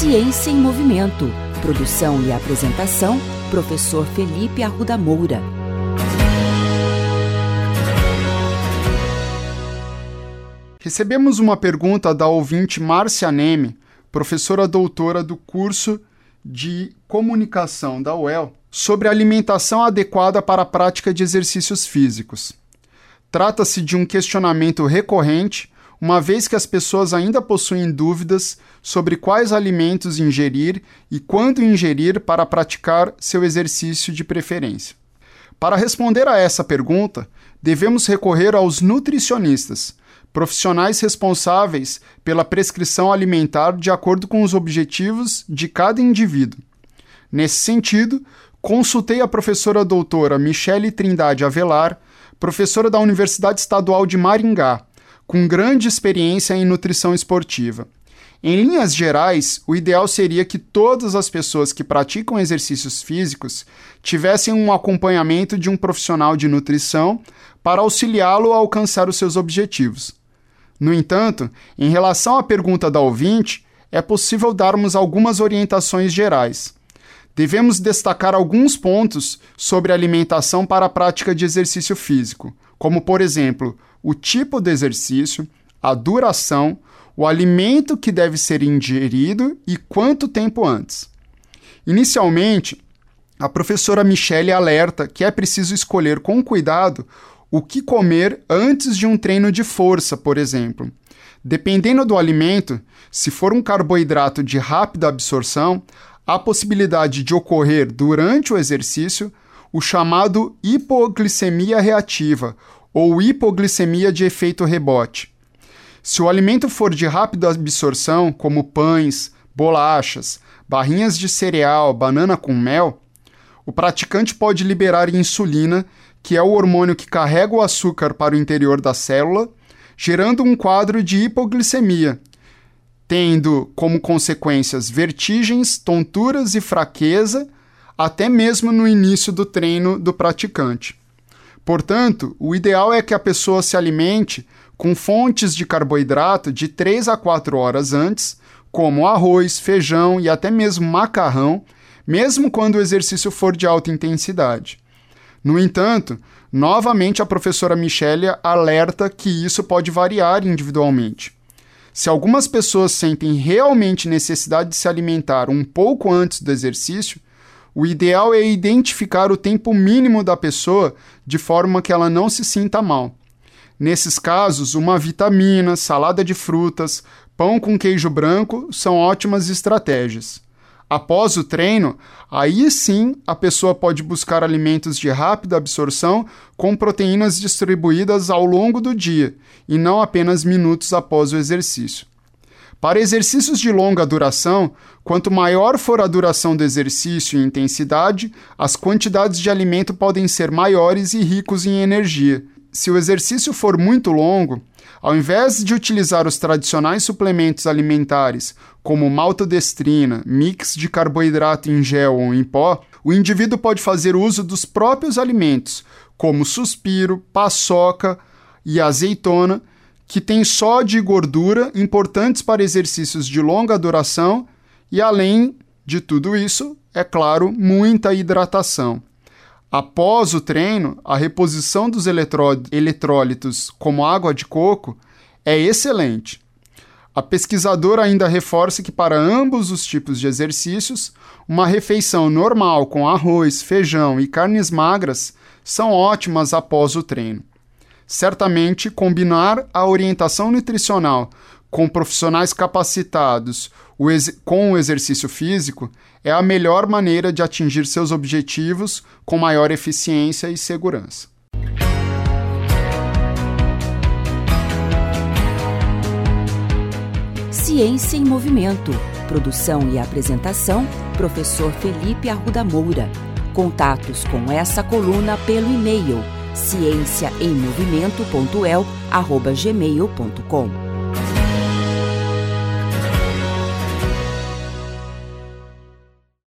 Ciência em Movimento. Produção e apresentação, professor Felipe Arruda Moura. Recebemos uma pergunta da ouvinte Márcia Neme, professora doutora do curso de Comunicação da UEL, sobre alimentação adequada para a prática de exercícios físicos. Trata-se de um questionamento recorrente, uma vez que as pessoas ainda possuem dúvidas sobre quais alimentos ingerir e quando ingerir para praticar seu exercício de preferência. Para responder a essa pergunta, devemos recorrer aos nutricionistas, profissionais responsáveis pela prescrição alimentar de acordo com os objetivos de cada indivíduo. Nesse sentido, consultei a professora doutora Michele Trindade Avelar, professora da Universidade Estadual de Maringá, com grande experiência em nutrição esportiva. Em linhas gerais, o ideal seria que todas as pessoas que praticam exercícios físicos tivessem um acompanhamento de um profissional de nutrição para auxiliá-lo a alcançar os seus objetivos. No entanto, em relação à pergunta da ouvinte, é possível darmos algumas orientações gerais. Devemos destacar alguns pontos sobre alimentação para a prática de exercício físico, como, por exemplo, o tipo de exercício, a duração, o alimento que deve ser ingerido e quanto tempo antes. Inicialmente, a professora Michele alerta que é preciso escolher com cuidado o que comer antes de um treino de força, por exemplo. Dependendo do alimento, se for um carboidrato de rápida absorção, há possibilidade de ocorrer durante o exercício o chamado hipoglicemia reativa ou hipoglicemia de efeito rebote. Se o alimento for de rápida absorção, como pães, bolachas, barrinhas de cereal, banana com mel, o praticante pode liberar insulina, que é o hormônio que carrega o açúcar para o interior da célula, gerando um quadro de hipoglicemia, tendo como consequências vertigens, tonturas e fraqueza, até mesmo no início do treino do praticante. Portanto, o ideal é que a pessoa se alimente com fontes de carboidrato de 3 a 4 horas antes, como arroz, feijão e até mesmo macarrão, mesmo quando o exercício for de alta intensidade. No entanto, novamente a professora Michele alerta que isso pode variar individualmente. Se algumas pessoas sentem realmente necessidade de se alimentar um pouco antes do exercício, o ideal é identificar o tempo mínimo da pessoa de forma que ela não se sinta mal. Nesses casos, uma vitamina, salada de frutas, pão com queijo branco são ótimas estratégias. Após o treino, aí sim a pessoa pode buscar alimentos de rápida absorção com proteínas distribuídas ao longo do dia e não apenas minutos após o exercício. Para exercícios de longa duração, quanto maior for a duração do exercício e intensidade, as quantidades de alimento podem ser maiores e ricos em energia. Se o exercício for muito longo, ao invés de utilizar os tradicionais suplementos alimentares, como maltodestrina, mix de carboidrato em gel ou em pó, o indivíduo pode fazer uso dos próprios alimentos, como suspiro, paçoca e azeitona, que têm sódio e gordura importantes para exercícios de longa duração e, além de tudo isso, é claro, muita hidratação. Após o treino, a reposição dos eletrólitos, como água de coco, é excelente. A pesquisadora ainda reforça que para ambos os tipos de exercícios, uma refeição normal com arroz, feijão e carnes magras são ótimas após o treino. Certamente, combinar a orientação nutricional com profissionais capacitados com o exercício físico é a melhor maneira de atingir seus objetivos com maior eficiência e segurança. Ciência em Movimento. Produção e apresentação, professor Felipe Arruda Moura. Contatos com essa coluna pelo e-mail ciênciaemmovimento.uel@gmail.com.